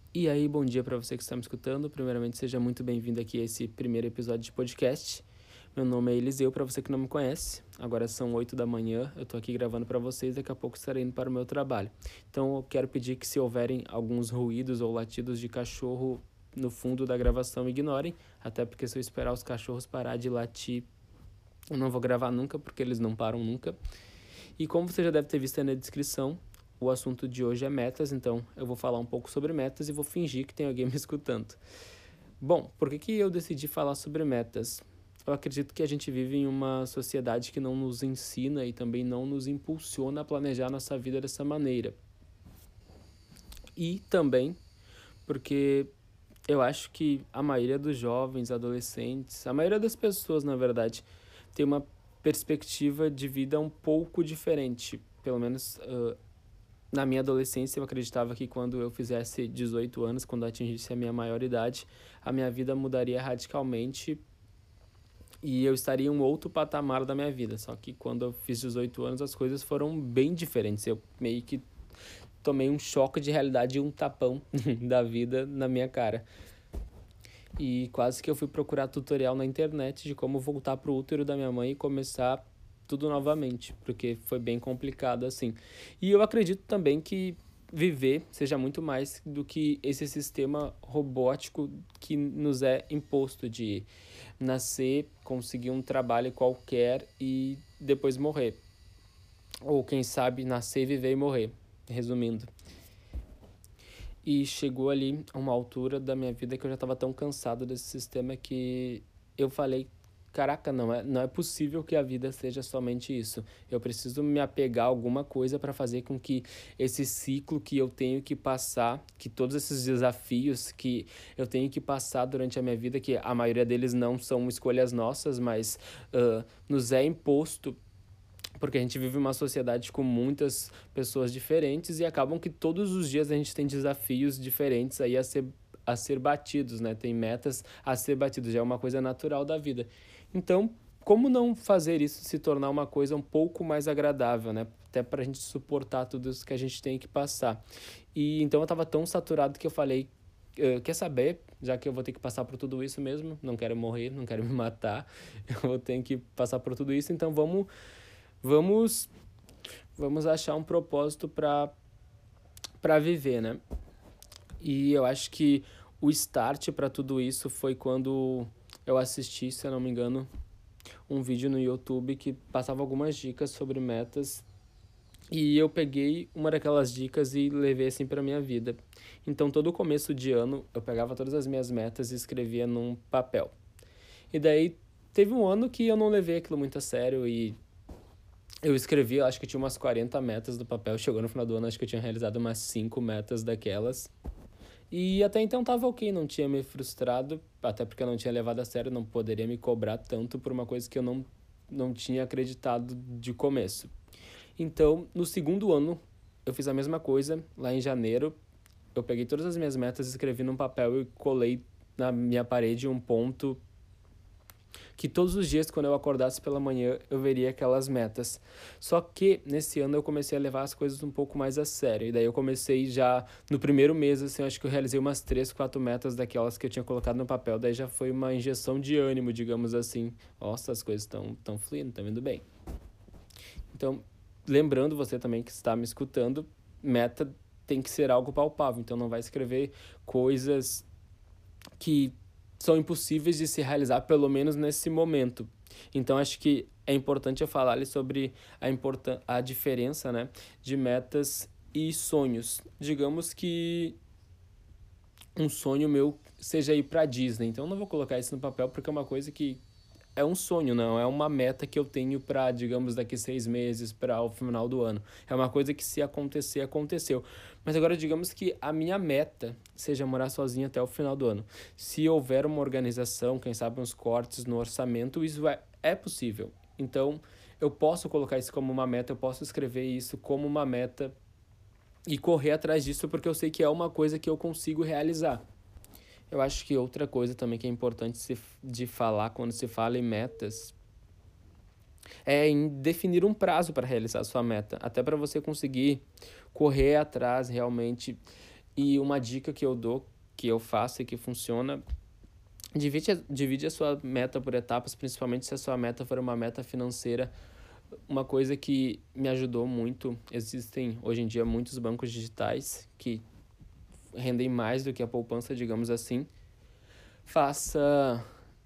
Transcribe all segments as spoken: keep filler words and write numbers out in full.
E aí, bom dia para você que está me escutando. Primeiramente, seja muito bem-vindo aqui a esse primeiro episódio de podcast. Meu nome é Eliseu, para você que não me conhece. Agora são oito da manhã, eu estou aqui gravando para vocês, daqui a pouco estarei indo para o meu trabalho. Então, eu quero pedir que se houverem alguns ruídos ou latidos de cachorro no fundo da gravação, ignorem, até porque se eu esperar os cachorros parar de latir, eu não vou gravar nunca, porque eles não param nunca. E como você já deve ter visto aí na descrição, o assunto de hoje é metas, então eu vou falar um pouco sobre metas e vou fingir que tem alguém me escutando. Bom, por que, que eu decidi falar sobre metas? Eu acredito que a gente vive em uma sociedade que não nos ensina e também não nos impulsiona a planejar nossa vida dessa maneira. E também porque eu acho que a maioria dos jovens, adolescentes, a maioria das pessoas, na verdade, tem uma perspectiva de vida um pouco diferente. Pelo menos uh, na minha adolescência, eu acreditava que quando eu fizesse dezoito anos, quando eu atingisse a minha maioridade, a minha vida mudaria radicalmente e eu estaria em um outro patamar da minha vida. Só que quando eu fiz dezoito anos, as coisas foram bem diferentes. Eu meio que tomei um choque de realidade e um tapão da vida na minha cara. E quase que eu fui procurar tutorial na internet de como voltar pro útero da minha mãe e começar tudo novamente, porque foi bem complicado assim. E eu acredito também que viver seja muito mais do que esse sistema robótico que nos é imposto de nascer, conseguir um trabalho qualquer e depois morrer. Ou quem sabe nascer, viver e morrer, resumindo. E chegou ali uma altura da minha vida que eu já estava tão cansado desse sistema que eu falei, caraca, não é, não é possível que a vida seja somente isso. Eu preciso me apegar a alguma coisa para fazer com que esse ciclo que eu tenho que passar, que todos esses desafios que eu tenho que passar durante a minha vida, que a maioria deles não são escolhas nossas, mas uh, nos é imposto porque a gente vive uma sociedade com muitas pessoas diferentes e acabam que todos os dias a gente tem desafios diferentes aí a ser, a ser batidos, né? Tem metas a ser batidos, já é uma coisa natural da vida. Então, como não fazer isso se tornar uma coisa um pouco mais agradável, né? Até para a gente suportar tudo isso que a gente tem que passar. E então eu estava tão saturado que eu falei, uh, quer saber, já que eu vou ter que passar por tudo isso mesmo, não quero morrer, não quero me matar, eu vou ter que passar por tudo isso, então vamos Vamos, vamos achar um propósito para para viver, né? E eu acho que o start para tudo isso foi quando eu assisti, se eu não me engano, um vídeo no YouTube que passava algumas dicas sobre metas e eu peguei uma daquelas dicas e levei assim para minha vida. Então, todo começo de ano, eu pegava todas as minhas metas e escrevia num papel. E daí teve um ano que eu não levei aquilo muito a sério e eu escrevi, acho que tinha umas quarenta metas do papel. Chegou no final do ano, acho que eu tinha realizado umas cinco metas daquelas. E até então tava ok, não tinha me frustrado, até porque eu não tinha levado a sério, não poderia me cobrar tanto por uma coisa que eu não, não tinha acreditado de começo. Então, no segundo ano, eu fiz a mesma coisa, lá em janeiro. Eu peguei todas as minhas metas, escrevi num papel e colei na minha parede um ponto que todos os dias, quando eu acordasse pela manhã, eu veria aquelas metas. Só que nesse ano eu comecei a levar as coisas um pouco mais a sério. E daí eu comecei já no primeiro mês, assim, eu acho que eu realizei umas três, quatro metas daquelas que eu tinha colocado no papel. Daí já foi uma injeção de ânimo, digamos assim. Nossa, as coisas estão tão fluindo, estão indo bem. Então, lembrando você também que está me escutando, meta tem que ser algo palpável. Então não vai escrever coisas que são impossíveis de se realizar, pelo menos nesse momento. Então, acho que é importante eu falar sobre a, importan a diferença, né, de metas e sonhos. Digamos que um sonho meu seja ir para Disney. Então, eu não vou colocar isso no papel porque é uma coisa que é um sonho, não é uma meta que eu tenho para, digamos, daqui seis meses, para o final do ano. É uma coisa que se acontecer, aconteceu. Mas agora, digamos que a minha meta seja morar sozinho até o final do ano. Se houver uma organização, quem sabe uns cortes no orçamento, isso é, é possível. Então, eu posso colocar isso como uma meta, eu posso escrever isso como uma meta e correr atrás disso porque eu sei que é uma coisa que eu consigo realizar. Eu acho que outra coisa também que é importante se, de falar quando se fala em metas é em definir um prazo para realizar a sua meta, até para você conseguir correr atrás realmente E uma dica que eu dou, que eu faço e que funciona, divide, divide a sua meta por etapas, principalmente se a sua meta for uma meta financeira. Uma coisa que me ajudou muito, existem hoje em dia muitos bancos digitais que rendem mais do que a poupança, digamos assim. Faça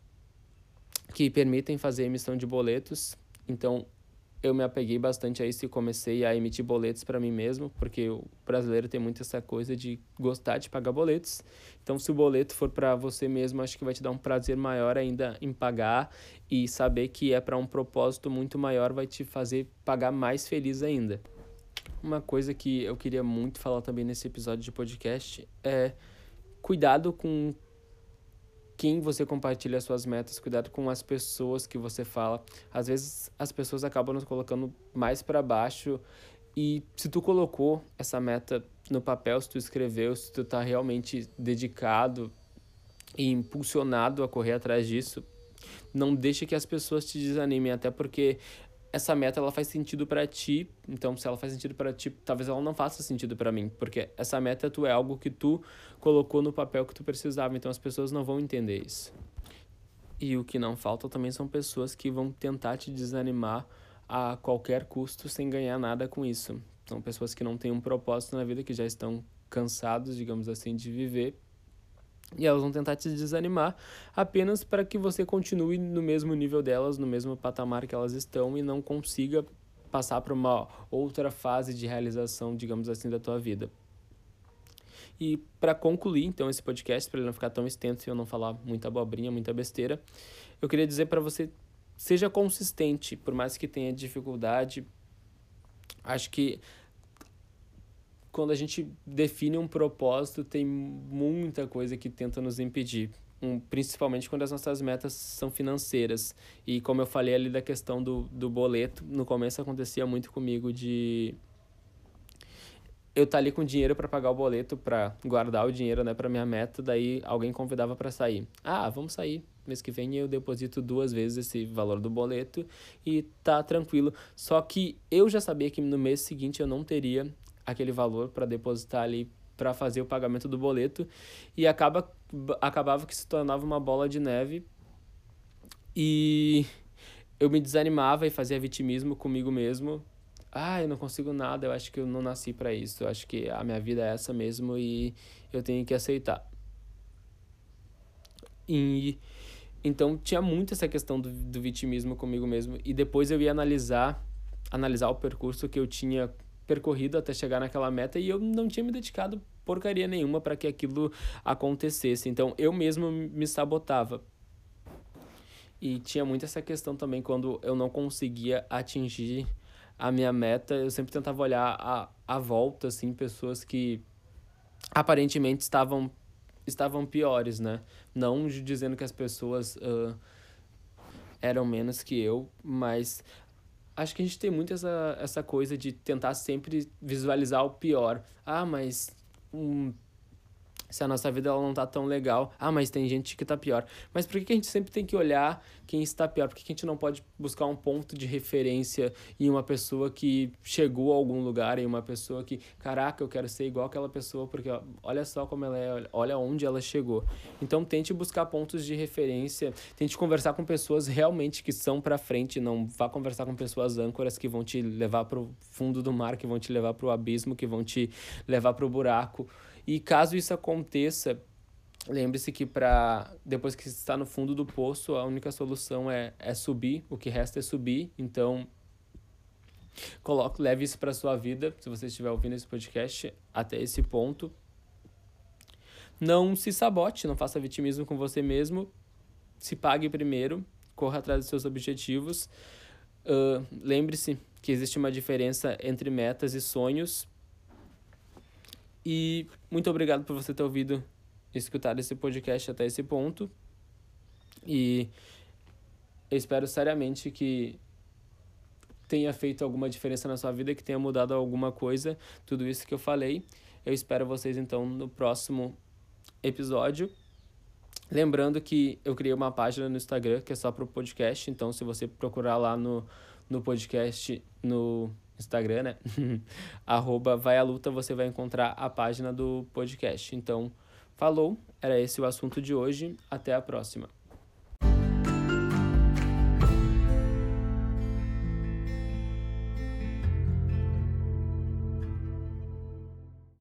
que permitem fazer emissão de boletos. Então, eu me apeguei bastante a isso e comecei a emitir boletos para mim mesmo, porque o brasileiro tem muito essa coisa de gostar de pagar boletos. Então, se o boleto for para você mesmo, acho que vai te dar um prazer maior ainda em pagar, e saber que é para um propósito muito maior vai te fazer pagar mais feliz ainda. Uma coisa que eu queria muito falar também nesse episódio de podcast é cuidado com quem você compartilha suas metas, cuidado com as pessoas que você fala. Às vezes as pessoas acabam nos colocando mais para baixo, e se tu colocou essa meta no papel, se tu escreveu, se tu tá realmente dedicado e impulsionado a correr atrás disso, não deixe que as pessoas te desanimem, até porque essa meta ela faz sentido para ti. Então, se ela faz sentido para ti, talvez ela não faça sentido para mim, porque essa meta tu é algo que tu colocou no papel que tu precisava, então as pessoas não vão entender isso. E o que não falta também são pessoas que vão tentar te desanimar a qualquer custo sem ganhar nada com isso. São pessoas que não têm um propósito na vida, que já estão cansados, digamos assim, de viver, e elas vão tentar te desanimar apenas para que você continue no mesmo nível delas, no mesmo patamar que elas estão, e não consiga passar para uma outra fase de realização, digamos assim, da tua vida. E para concluir, então, esse podcast, para ele não ficar tão extenso e eu não falar muita abobrinha, muita besteira, eu queria dizer para você, seja consistente, por mais que tenha dificuldade. Acho que quando a gente define um propósito, tem muita coisa que tenta nos impedir, um, principalmente quando as nossas metas são financeiras. E como eu falei ali da questão do, do boleto, no começo acontecia muito comigo de eu estar tá ali com dinheiro para pagar o boleto, para guardar o dinheiro, né, para minha meta, daí alguém convidava para sair. Ah, vamos sair. Mês que vem eu deposito duas vezes esse valor do boleto e tá tranquilo. Só que eu já sabia que no mês seguinte eu não teria aquele valor para depositar ali para fazer o pagamento do boleto, e acaba, acabava que se tornava uma bola de neve, e eu me desanimava e fazia vitimismo comigo mesmo. Ah, eu não consigo nada, eu acho que eu não nasci para isso, eu acho que a minha vida é essa mesmo e eu tenho que aceitar. E então tinha muito essa questão do, do vitimismo comigo mesmo, e depois eu ia analisar, analisar o percurso que eu tinha percorrido até chegar naquela meta, e eu não tinha me dedicado porcaria nenhuma para que aquilo acontecesse. Então eu mesmo me sabotava. E tinha muito essa questão também, quando eu não conseguia atingir a minha meta, eu sempre tentava olhar a, a volta, assim, pessoas que aparentemente estavam, estavam piores, né? Não dizendo que as pessoas uh, eram menos que eu, mas acho que a gente tem muito essa, essa coisa de tentar sempre visualizar o pior. Ah, mas um, se a nossa vida ela não tá tão legal, ah, mas tem gente que tá pior. Mas por que que a gente sempre tem que olhar quem está pior? Por que que a gente não pode buscar um ponto de referência em uma pessoa que chegou a algum lugar, em uma pessoa que, caraca, eu quero ser igual aquela pessoa, porque ó, olha só como ela é, olha onde ela chegou. Então tente buscar pontos de referência, tente conversar com pessoas realmente que são pra frente, não vá conversar com pessoas âncoras que vão te levar pro fundo do mar, que vão te levar pro abismo, que vão te levar pro buraco. E caso isso aconteça, lembre-se que para depois que está no fundo do poço, a única solução é, é subir, o que resta é subir. Então, coloque, leve isso para sua vida, se você estiver ouvindo esse podcast até esse ponto. Não se sabote, não faça vitimismo com você mesmo, se pague primeiro, corra atrás dos seus objetivos. Uh, lembre-se que existe uma diferença entre metas e sonhos. E muito obrigado por você ter ouvido e escutado esse podcast até esse ponto. E eu espero seriamente que tenha feito alguma diferença na sua vida, que tenha mudado alguma coisa, tudo isso que eu falei. Eu espero vocês, então, no próximo episódio. Lembrando que eu criei uma página no Instagram que é só para o podcast, então se você procurar lá no, no podcast, no Instagram, né? Arroba Vai à Luta, você vai encontrar a página do podcast. Então, falou, era esse o assunto de hoje. Até a próxima.